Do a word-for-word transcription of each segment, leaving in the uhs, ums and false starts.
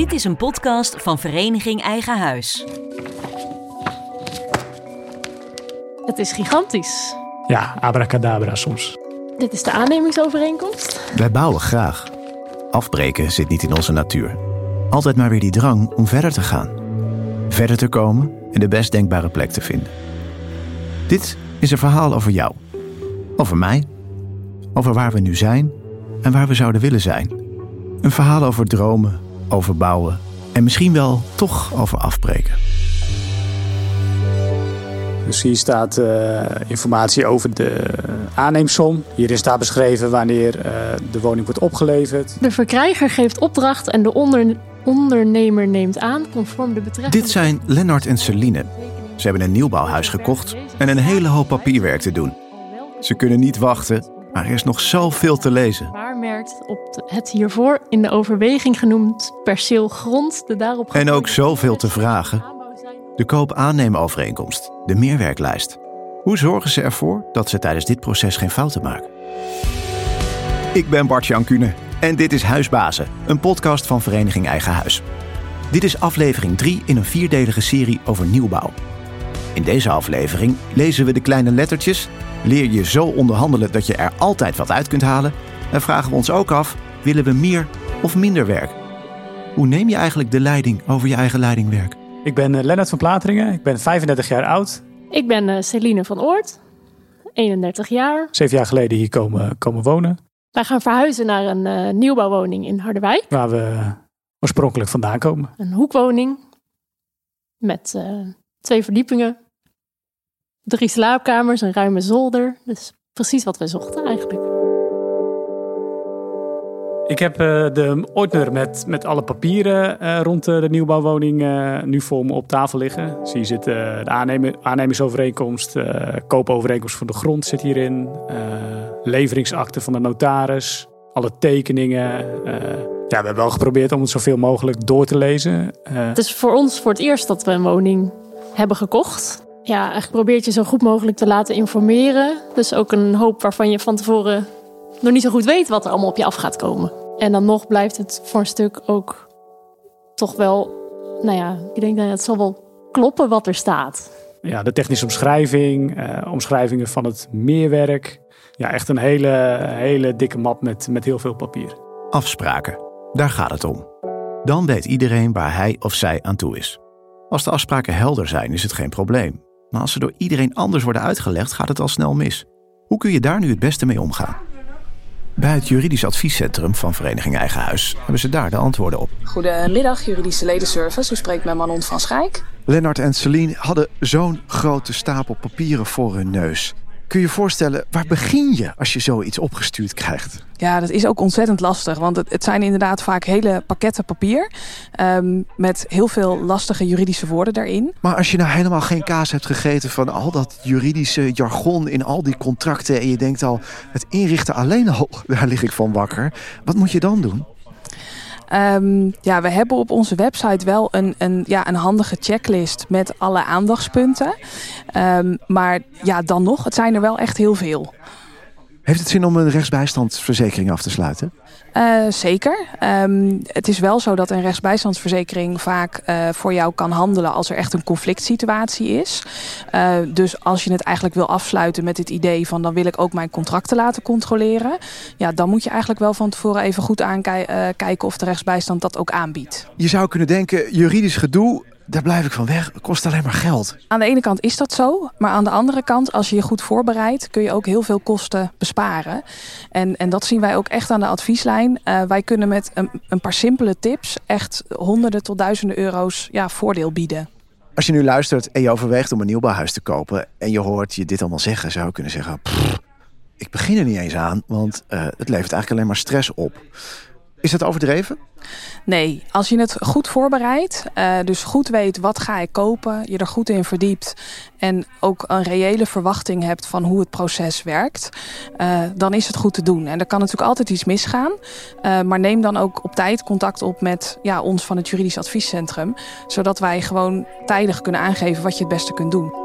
Dit is een podcast van Vereniging Eigen Huis. Het is gigantisch. Ja, abracadabra soms. Dit is de aannemingsovereenkomst. Wij bouwen graag. Afbreken zit niet in onze natuur. Altijd maar weer die drang om verder te gaan. Verder te komen en de best denkbare plek te vinden. Dit is een verhaal over jou. Over mij. Over waar we nu zijn en waar we zouden willen zijn. Een verhaal over dromen, over bouwen en misschien wel toch over afbreken. Dus hier staat uh, informatie over de aanneemsom. Hierin staat beschreven wanneer uh, de woning wordt opgeleverd. De verkrijger geeft opdracht en de onder, ondernemer neemt aan conform de betreffende... Dit zijn Lennart en Celine. Ze hebben een nieuwbouwhuis gekocht en een hele hoop papierwerk te doen. Ze kunnen niet wachten, maar er is nog zoveel te lezen. Waarmerkt op het hiervoor in de overweging genoemd perceel grond de daarop... En ook zoveel te vragen. De koop-aanneemovereenkomst, de meerwerklijst. Hoe zorgen ze ervoor dat ze tijdens dit proces geen fouten maken? Ik ben Bart-Jan Kuhne en dit is Huisbazen, een podcast van Vereniging Eigen Huis. Dit is aflevering drie in een vierdelige serie over nieuwbouw. In deze aflevering lezen we de kleine lettertjes, leer je zo onderhandelen dat je er altijd wat uit kunt halen en vragen we ons ook af, willen we meer of minder werk? Hoe neem je eigenlijk de leiding over je eigen leidingwerk? Ik ben uh, Lennart van Plateringen, ik ben vijfendertig jaar oud. Ik ben uh, Celine van Oort, eenendertig jaar. Zeven jaar geleden hier komen, komen wonen. Wij gaan verhuizen naar een uh, nieuwbouwwoning in Harderwijk. Waar we oorspronkelijk vandaan komen. Een hoekwoning met uh, twee verdiepingen, drie slaapkamers, een ruime zolder. Dus precies wat we zochten eigenlijk. Ik heb uh, de ordner met, met alle papieren uh, rond uh, de nieuwbouwwoning uh, nu voor me op tafel liggen. Dus hier zit uh, de aannemer, aannemingsovereenkomst, uh, koopovereenkomst van de grond zit hierin. Uh, leveringsakte van de notaris, alle tekeningen. Uh, ja, we hebben wel geprobeerd om het zoveel mogelijk door te lezen. Uh, het is voor ons voor het eerst dat we een woning hebben gekocht. Ja, eigenlijk probeer je zo goed mogelijk te laten informeren. Dus ook een hoop waarvan je van tevoren nog niet zo goed weet wat er allemaal op je af gaat komen. En dan nog blijft het voor een stuk ook toch wel, nou ja, ik denk dat het zal wel kloppen wat er staat. Ja, de technische omschrijving, uh, omschrijvingen van het meerwerk. Ja, echt een hele, hele dikke map met, met heel veel papier. Afspraken, daar gaat het om. Dan weet iedereen waar hij of zij aan toe is. Als de afspraken helder zijn, is het geen probleem. Maar als ze door iedereen anders worden uitgelegd, gaat het al snel mis. Hoe kun je daar nu het beste mee omgaan? Bij het juridisch adviescentrum van Vereniging Eigen Huis hebben ze daar de antwoorden op. Goedemiddag, juridische ledenservice. U spreekt met Manon van Schijk. Lennart en Celine hadden zo'n grote stapel papieren voor hun neus. Kun je je voorstellen, waar begin je als je zoiets opgestuurd krijgt? Ja, dat is ook ontzettend lastig. Want het, het zijn inderdaad vaak hele pakketten papier. Um, met heel veel lastige juridische woorden daarin. Maar als je nou helemaal geen kaas hebt gegeten van al dat juridische jargon in al die contracten. En je denkt al, het inrichten alleen al, daar lig ik van wakker. Wat moet je dan doen? Um, ja, we hebben op onze website wel een, een, ja, een handige checklist met alle aandachtspunten. Um, maar ja, dan nog, het zijn er wel echt heel veel. Heeft het zin om een rechtsbijstandsverzekering af te sluiten? Uh, zeker. Um, het is wel zo dat een rechtsbijstandsverzekering vaak uh, voor jou kan handelen als er echt een conflict situatie is. Uh, dus als je het eigenlijk wil afsluiten met het idee van dan wil ik ook mijn contracten laten controleren. Ja, dan moet je eigenlijk wel van tevoren even goed aankijken uh, of de rechtsbijstand dat ook aanbiedt. Je zou kunnen denken, juridisch gedoe, daar blijf ik van weg. Het kost alleen maar geld. Aan de ene kant is dat zo. Maar aan de andere kant, als je je goed voorbereidt, kun je ook heel veel kosten besparen. En, en dat zien wij ook echt aan de advieslijn. Uh, wij kunnen met een, een paar simpele tips echt honderden tot duizenden euro's ja, voordeel bieden. Als je nu luistert en je overweegt om een nieuwbouwhuis te kopen en je hoort je dit allemaal zeggen, zou je kunnen zeggen, pff, ik begin er niet eens aan, want uh, het levert eigenlijk alleen maar stress op. Is dat overdreven? Nee, als je het goed voorbereidt, uh, dus goed weet wat ga ik kopen, je er goed in verdiept en ook een reële verwachting hebt van hoe het proces werkt, uh, dan is het goed te doen. En er kan natuurlijk altijd iets misgaan, uh, maar neem dan ook op tijd contact op met ja, ons van het juridisch adviescentrum, zodat wij gewoon tijdig kunnen aangeven wat je het beste kunt doen.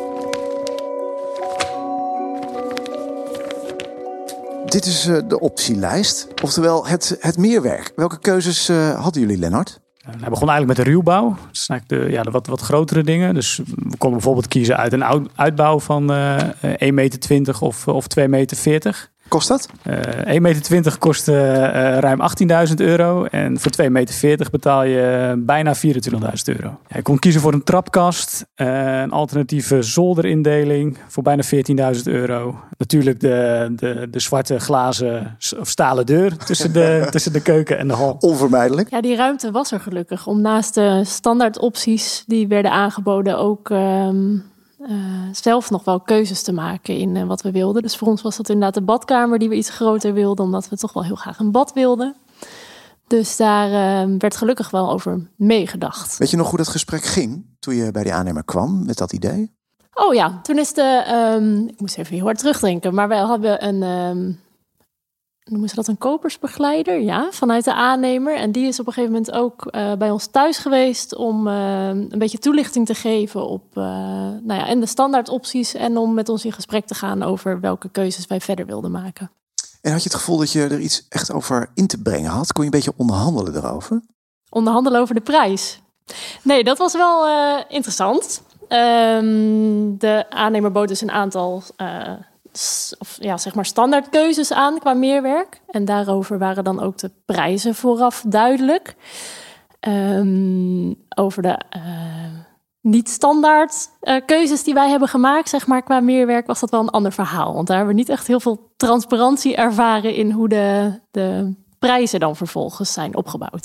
Dit is uh, de optielijst, oftewel het, het meerwerk. Welke keuzes uh, hadden jullie, Lennart? Hij begon eigenlijk met de ruwbouw. Dat is eigenlijk de, ja, de wat, wat grotere dingen. Dus we konden bijvoorbeeld kiezen uit een uitbouw van uh, één meter twintig of, of twee meter veertig. Kost dat? Uh, één meter twintig kost uh, ruim achttienduizend euro. En voor twee meter veertig betaal je bijna vierentwintigduizend euro. Ja, je kon kiezen voor een trapkast, uh, een alternatieve zolderindeling voor bijna veertienduizend euro. Natuurlijk de, de, de zwarte glazen of stalen deur tussen de, tussen de keuken en de hal. Onvermijdelijk. Ja, die ruimte was er gelukkig. Om naast de standaard opties die werden aangeboden ook... Um... Uh, zelf nog wel keuzes te maken in uh, wat we wilden. Dus voor ons was dat inderdaad de badkamer die we iets groter wilden, omdat we toch wel heel graag een bad wilden. Dus daar uh, werd gelukkig wel over meegedacht. Weet je nog hoe dat gesprek ging toen je bij die aannemer kwam met dat idee? Oh ja, toen is de... Um, ik moest even heel hard terugdenken, maar wij hadden een... Um, noemen ze dat een kopersbegeleider? Ja, vanuit de aannemer. En die is op een gegeven moment ook uh, bij ons thuis geweest om uh, een beetje toelichting te geven op uh, nou ja, en de standaard opties en om met ons in gesprek te gaan over welke keuzes wij verder wilden maken. En had je het gevoel dat je er iets echt over in te brengen had? Kon je een beetje onderhandelen erover? Onderhandelen over de prijs? Nee, dat was wel uh, interessant. Um, de aannemer bood dus een aantal... Uh, Of ja, zeg maar standaard keuzes aan qua meerwerk. En daarover waren dan ook de prijzen vooraf duidelijk. Um, over de uh, niet-standaard uh, keuzes die wij hebben gemaakt, zeg maar, qua meerwerk, was dat wel een ander verhaal. Want daar hebben we niet echt heel veel transparantie ervaren in hoe de, de prijzen dan vervolgens zijn opgebouwd.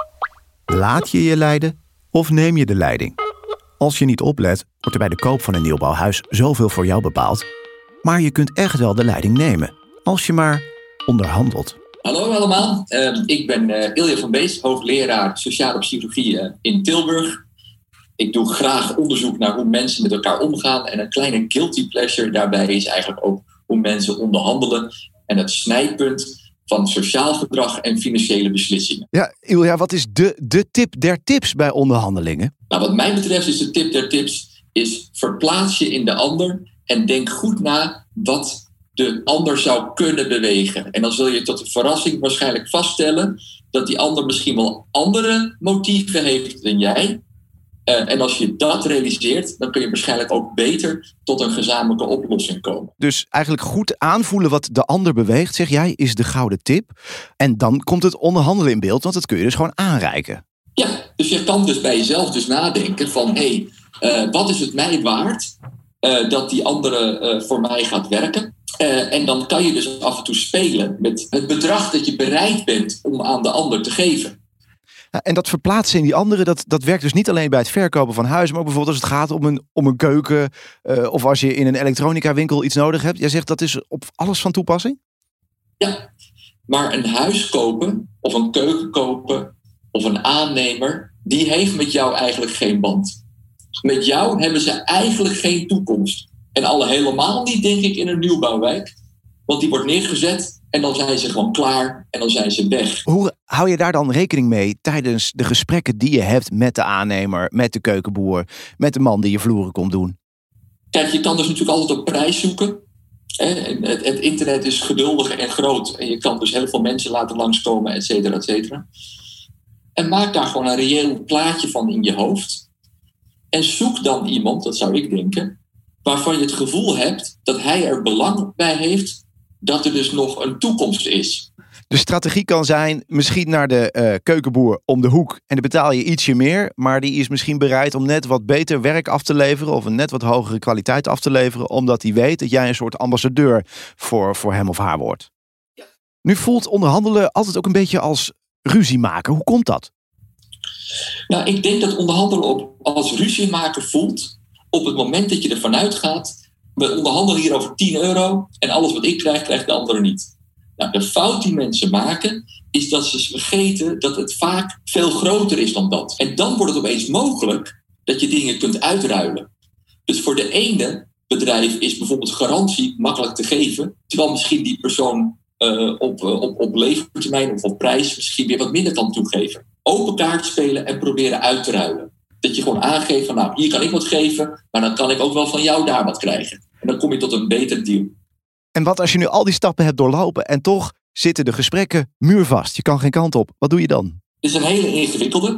Laat je je leiden of neem je de leiding? Als je niet oplet, wordt er bij de koop van een nieuwbouwhuis zoveel voor jou bepaald. Maar je kunt echt wel de leiding nemen, als je maar onderhandelt. Hallo allemaal, uh, ik ben uh, Ilja van Beest, hoogleraar sociale psychologie uh, in Tilburg. Ik doe graag onderzoek naar hoe mensen met elkaar omgaan. En een kleine guilty pleasure daarbij is eigenlijk ook hoe mensen onderhandelen. En het snijpunt van sociaal gedrag en financiële beslissingen. Ja, Ilja, wat is de, de tip der tips bij onderhandelingen? Nou, wat mij betreft is de tip der tips, is verplaats je in de ander en denk goed na wat de ander zou kunnen bewegen. En dan zul je tot de verrassing waarschijnlijk vaststellen dat die ander misschien wel andere motieven heeft dan jij. Uh, en als je dat realiseert, dan kun je waarschijnlijk ook beter tot een gezamenlijke oplossing komen. Dus eigenlijk goed aanvoelen wat de ander beweegt, zeg jij, is de gouden tip. En dan komt het onderhandelen in beeld, want dat kun je dus gewoon aanreiken. Ja, dus je kan dus bij jezelf dus nadenken van, hé, hey, uh, wat is het mij waard uh, dat die andere uh, voor mij gaat werken? Uh, en dan kan je dus af en toe spelen met het bedrag dat je bereid bent om aan de ander te geven. En dat verplaatsen in die anderen, dat, dat werkt dus niet alleen bij het verkopen van huizen, maar ook bijvoorbeeld als het gaat om een, om een keuken uh, of als je in een elektronica winkel iets nodig hebt. Jij zegt dat is op alles van toepassing? Ja, maar een huis kopen of een keuken kopen of een aannemer, die heeft met jou eigenlijk geen band. Met jou hebben ze eigenlijk geen toekomst. En alle helemaal niet, denk ik, in een nieuwbouwwijk. Want die wordt neergezet en dan zijn ze gewoon klaar en dan zijn ze weg. Hoe hou je daar dan rekening mee tijdens de gesprekken die je hebt met de aannemer, met de keukenboer, met de man die je vloeren komt doen? Kijk, je kan dus natuurlijk altijd op prijs zoeken. Het, het internet is geduldig en groot. En je kan dus heel veel mensen laten langskomen, et cetera, et cetera. En maak daar gewoon een reëel plaatje van in je hoofd. En zoek dan iemand, dat zou ik denken, waarvan je het gevoel hebt dat hij er belang bij heeft dat er dus nog een toekomst is. De strategie kan zijn misschien naar de uh, keukenboer om de hoek en dan betaal je ietsje meer, maar die is misschien bereid om net wat beter werk af te leveren of een net wat hogere kwaliteit af te leveren, omdat hij weet dat jij een soort ambassadeur voor, voor hem of haar wordt. Ja. Nu voelt onderhandelen altijd ook een beetje als ruzie maken. Hoe komt dat? Nou, ik denk dat onderhandelen op, als ruzie maken voelt op het moment dat je ervan uitgaat, we onderhandelen hier over tien euro en alles wat ik krijg, krijgt de andere niet. Nou, de fout die mensen maken is dat ze vergeten dat het vaak veel groter is dan dat. En dan wordt het opeens mogelijk dat je dingen kunt uitruilen. Dus voor de ene bedrijf is bijvoorbeeld garantie makkelijk te geven, terwijl misschien die persoon uh, op, uh, op, op levertermijn of op prijs misschien weer wat minder kan toegeven. Open kaart spelen en proberen uit te ruilen. Dat je gewoon aangeeft van nou, hier kan ik wat geven, maar dan kan ik ook wel van jou daar wat krijgen. En dan kom je tot een beter deal. En wat als je nu al die stappen hebt doorlopen en toch zitten de gesprekken muurvast. Je kan geen kant op. Wat doe je dan? Het is een hele ingewikkelde.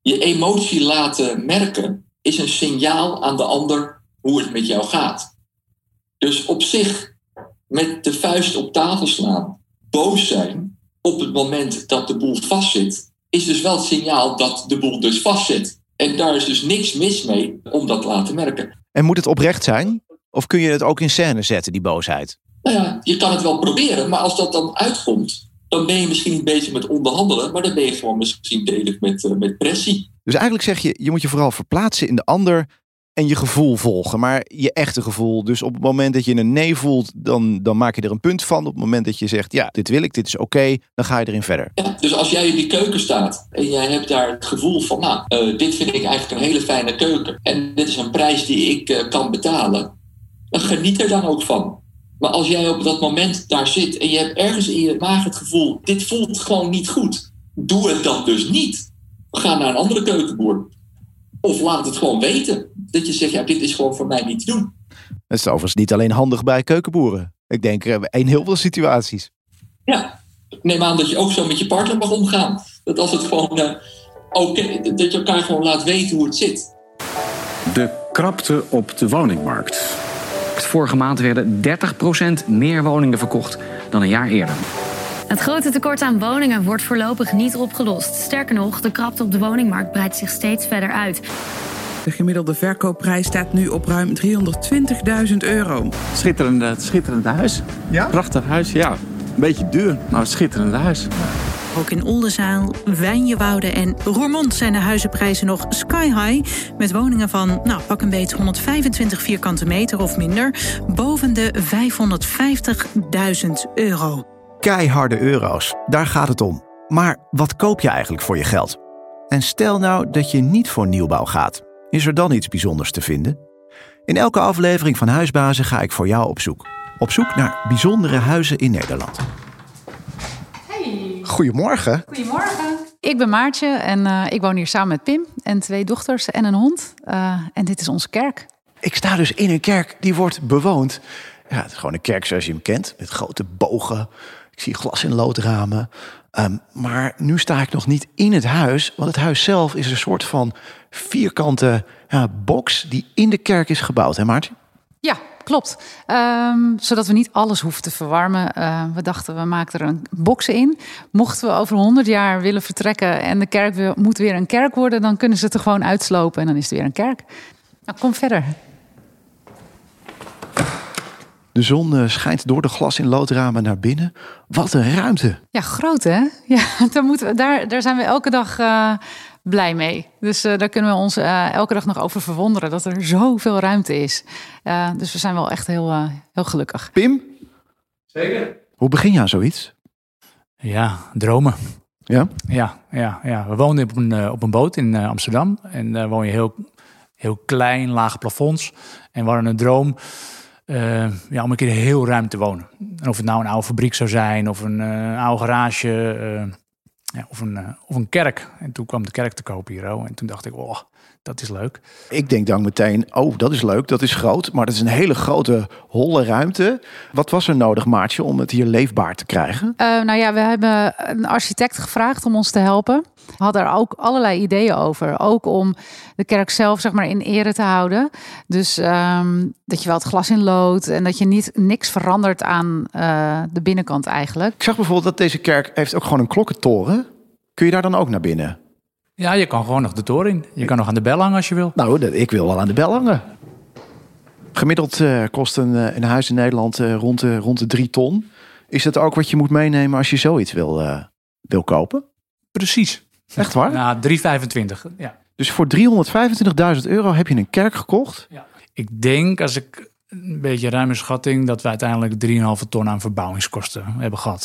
Je emotie laten merken is een signaal aan de ander hoe het met jou gaat. Dus op zich, met de vuist op tafel slaan, boos zijn op het moment dat de boel vastzit, is dus wel het signaal dat de boel dus vastzit. En daar is dus niks mis mee om dat te laten merken. En moet het oprecht zijn? Of kun je het ook in scène zetten, die boosheid? Nou ja, je kan het wel proberen, maar als dat dan uitkomt, dan ben je misschien niet bezig met onderhandelen, maar dan ben je gewoon misschien bezig met, uh, met pressie. Dus eigenlijk zeg je, je moet je vooral verplaatsen in de ander en je gevoel volgen, maar je echte gevoel. Dus op het moment dat je een nee voelt, dan, dan maak je er een punt van. Op het moment dat je zegt, ja, dit wil ik, dit is oké, okay, dan ga je erin verder. Ja, dus als jij in die keuken staat en jij hebt daar het gevoel van, nou, uh, dit vind ik eigenlijk een hele fijne keuken. En dit is een prijs die ik uh, kan betalen. Dan geniet er dan ook van. Maar als jij op dat moment daar zit en je hebt ergens in je maag het gevoel, dit voelt gewoon niet goed. Doe het dan dus niet. Ga naar een andere keukenboer. Of laat het gewoon weten. Dat je zegt, ja, dit is gewoon voor mij niet te doen. Dat is overigens niet alleen handig bij keukenboeren. Ik denk in heel veel situaties. Ja, neem aan dat je ook zo met je partner mag omgaan. Dat als het gewoon, uh, okay, dat je elkaar gewoon laat weten hoe het zit. De krapte op de woningmarkt. Vorige maand werden dertig procent meer woningen verkocht dan een jaar eerder. Het grote tekort aan woningen wordt voorlopig niet opgelost. Sterker nog, de krapte op de woningmarkt breidt zich steeds verder uit. De gemiddelde verkoopprijs staat nu op ruim driehonderdtwintigduizend euro. Schitterende, schitterende huis. Ja? Prachtig huis, ja. Een beetje duur, maar een schitterende huis. Ook in Oldenzaal, Wijnjewoude en Roermond zijn de huizenprijzen nog sky high. Met woningen van, nou, pak een beet honderdvijfentwintig vierkante meter of minder, boven de vijfhonderdvijftigduizend euro. Keiharde euro's, daar gaat het om. Maar wat koop je eigenlijk voor je geld? En stel nou dat je niet voor nieuwbouw gaat. Is er dan iets bijzonders te vinden? In elke aflevering van Huisbazen ga ik voor jou op zoek. Op zoek naar bijzondere huizen in Nederland. Hey. Goedemorgen. Goedemorgen. Ik ben Maartje en uh, ik woon hier samen met Pim en twee dochters en een hond. Uh, en dit is onze kerk. Ik sta dus in een kerk die wordt bewoond. Ja, het is gewoon een kerk zoals je hem kent. Met grote bogen. Ik zie glas- en loodramen. Um, maar nu sta ik nog niet in het huis. Want het huis zelf is een soort van vierkante ja, box die in de kerk is gebouwd. Hè Maartje? Ja, klopt. Um, zodat we niet alles hoeven te verwarmen. Uh, we dachten, we maken er een box in. Mochten we over honderd jaar willen vertrekken en de kerk weer, moet weer een kerk worden, dan kunnen ze het er gewoon uitslopen en dan is het weer een kerk. Nou, kom verder. De zon schijnt door de glas- en loodramen naar binnen. Wat een ruimte. Ja, groot hè? Ja, daar, moeten we, daar, daar zijn we elke dag uh, blij mee. Dus uh, daar kunnen we ons uh, elke dag nog over verwonderen. Dat er zoveel ruimte is. Uh, dus we zijn wel echt heel, uh, heel gelukkig. Pim? Zeker. Hoe begin je aan zoiets? Ja, dromen. Ja? Ja, ja, ja. We woonden op een, uh, op een boot in uh, Amsterdam. En daar uh, woon je heel, heel klein, lage plafonds. En we hadden een droom... Uh, ja, om een keer heel ruim te wonen. En of het nou een oude fabriek zou zijn, of een uh, oude garage, uh, ja, of, een, uh, of een kerk. En toen kwam de kerk te koop hier. Oh, en toen dacht ik, oh, dat is leuk. Ik denk dan meteen, oh, dat is leuk, dat is groot. Maar dat is een hele grote, holle ruimte. Wat was er nodig, Maartje, om het hier leefbaar te krijgen? Uh, nou ja, we hebben een architect gevraagd om ons te helpen. We hadden er ook allerlei ideeën over. Ook om de kerk zelf, zeg maar, in ere te houden. Dus um, dat je wel het glas in lood en dat je niet niks verandert aan uh, de binnenkant eigenlijk. Ik zag bijvoorbeeld dat deze kerk heeft ook gewoon een klokkentoren. Kun je daar dan ook naar binnen? Ja, je kan gewoon nog de toren in. Je kan nog aan de bel hangen als je wil. Nou, ik wil wel aan de bel hangen. Gemiddeld uh, kost een, een huis in Nederland uh, rond, de, rond de drie ton. Is dat ook wat je moet meenemen als je zoiets wil, uh, wil kopen? Precies. Echt waar? Nou, drie vijfentwintig. Ja. Dus voor driehonderdvijfentwintigduizend euro heb je een kerk gekocht? Ja. Ik denk, als ik een beetje ruime schatting, dat we uiteindelijk drie komma vijf ton aan verbouwingskosten hebben gehad.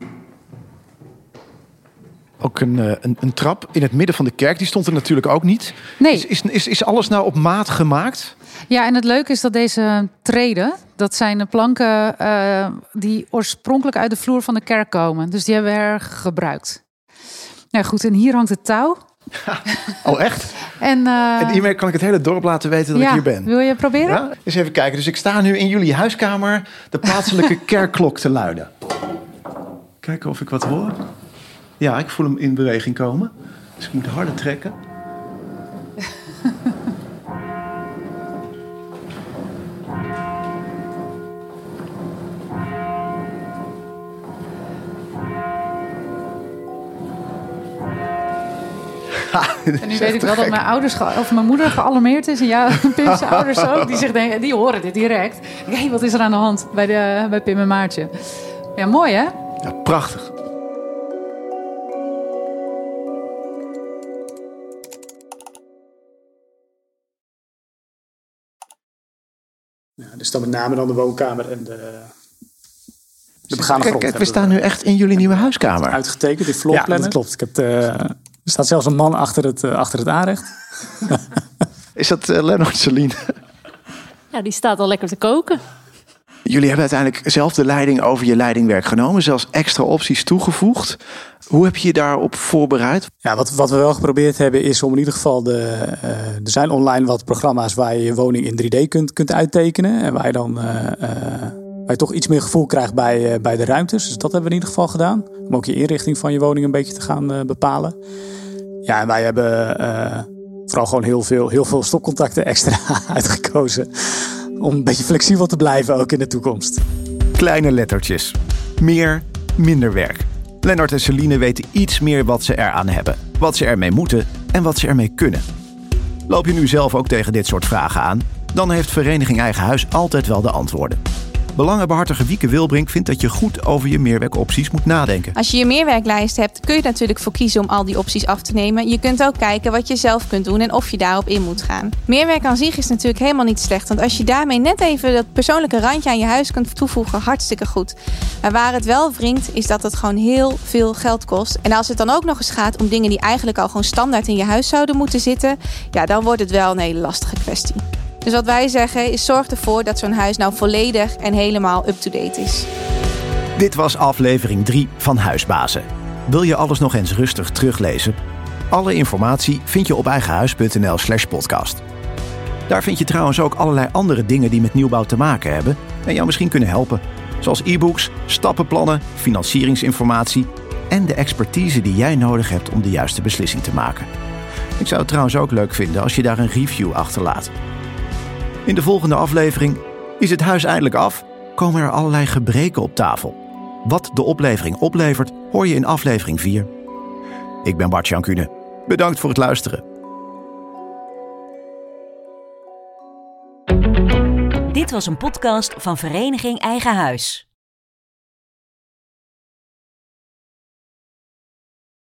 Ook een, een, een trap in het midden van de kerk, die stond er natuurlijk ook niet. Nee. Is, is, is, is alles nou op maat gemaakt? Ja, en het leuke is dat deze treden, dat zijn de planken uh, die oorspronkelijk uit de vloer van de kerk komen. Dus die hebben we erg gebruikt. Nou goed, en hier hangt het touw. Oh, echt? En, uh, en hiermee kan ik het hele dorp laten weten dat ja, ik hier ben. Wil je proberen? Ja? Eens even kijken. Dus ik sta nu in jullie huiskamer de plaatselijke kerkklok te luiden. Kijken of ik wat hoor. Ja, ik voel hem in beweging komen. Dus ik moet harder trekken. En nu weet ik wel dat mijn ouders ge- of mijn moeder gealarmeerd is. En ja, Pim's ouders ook. Die, zich denken, die horen dit direct. Hé, hey, wat is er aan de hand bij, de, bij Pim en Maartje? Ja, mooi hè? Ja, prachtig. Ja, dus dan met name dan de woonkamer en de, de begane Kijk, grond. kijk, we staan nu echt in jullie nieuwe huiskamer. Uitgetekend in floorplannen. Ja, dat klopt. Ik heb de, er staat zelfs een man achter het, uh, achter het aanrecht. Is dat uh, Lennart Celine? Ja, die staat al lekker te koken. Jullie hebben uiteindelijk zelf de leiding over je leidingwerk genomen. Zelfs extra opties toegevoegd. Hoe heb je je daarop voorbereid? Ja, wat, wat we wel geprobeerd hebben is om in ieder geval... De, uh, er zijn online wat programma's waar je je woning in drie D kunt, kunt uittekenen. En waar je dan uh, uh, waar je toch iets meer gevoel krijgt bij, uh, bij de ruimtes. Dus dat hebben we in ieder geval gedaan. Om ook je inrichting van je woning een beetje te gaan uh, bepalen. Ja, en wij hebben uh, vooral gewoon heel veel, heel veel stopcontacten extra uitgekozen. Om een beetje flexibel te blijven ook in de toekomst. Kleine lettertjes. Meer, minder werk. Lennart en Celine weten iets meer wat ze eraan hebben. Wat ze ermee moeten en wat ze ermee kunnen. Loop je nu zelf ook tegen dit soort vragen aan? Dan heeft Vereniging Eigen Huis altijd wel de antwoorden. Belangenbehartiger Wieke Wilbrink vindt dat je goed over je meerwerkopties moet nadenken. Als je je meerwerklijst hebt, kun je er natuurlijk voor kiezen om al die opties af te nemen. Je kunt ook kijken wat je zelf kunt doen en of je daarop in moet gaan. Meerwerk aan zich is natuurlijk helemaal niet slecht, want als je daarmee net even dat persoonlijke randje aan je huis kunt toevoegen, hartstikke goed. Maar waar het wel wringt, is dat het gewoon heel veel geld kost. En als het dan ook nog eens gaat om dingen die eigenlijk al gewoon standaard in je huis zouden moeten zitten, ja, dan wordt het wel een hele lastige kwestie. Dus wat wij zeggen is zorg ervoor dat zo'n huis nou volledig en helemaal up-to-date is. Dit was aflevering drie van Huisbazen. Wil je alles nog eens rustig teruglezen? Alle informatie vind je op eigenhuis.nl slash podcast. Daar vind je trouwens ook allerlei andere dingen die met nieuwbouw te maken hebben en jou misschien kunnen helpen. Zoals e-books, stappenplannen, financieringsinformatie en de expertise die jij nodig hebt om de juiste beslissing te maken. Ik zou het trouwens ook leuk vinden als je daar een review achterlaat. In de volgende aflevering is het huis eindelijk af, komen er allerlei gebreken op tafel. Wat de oplevering oplevert, hoor je in aflevering vier. Ik ben Bart-Jan Kuhne. Bedankt voor het luisteren. Dit was een podcast van Vereniging Eigen Huis.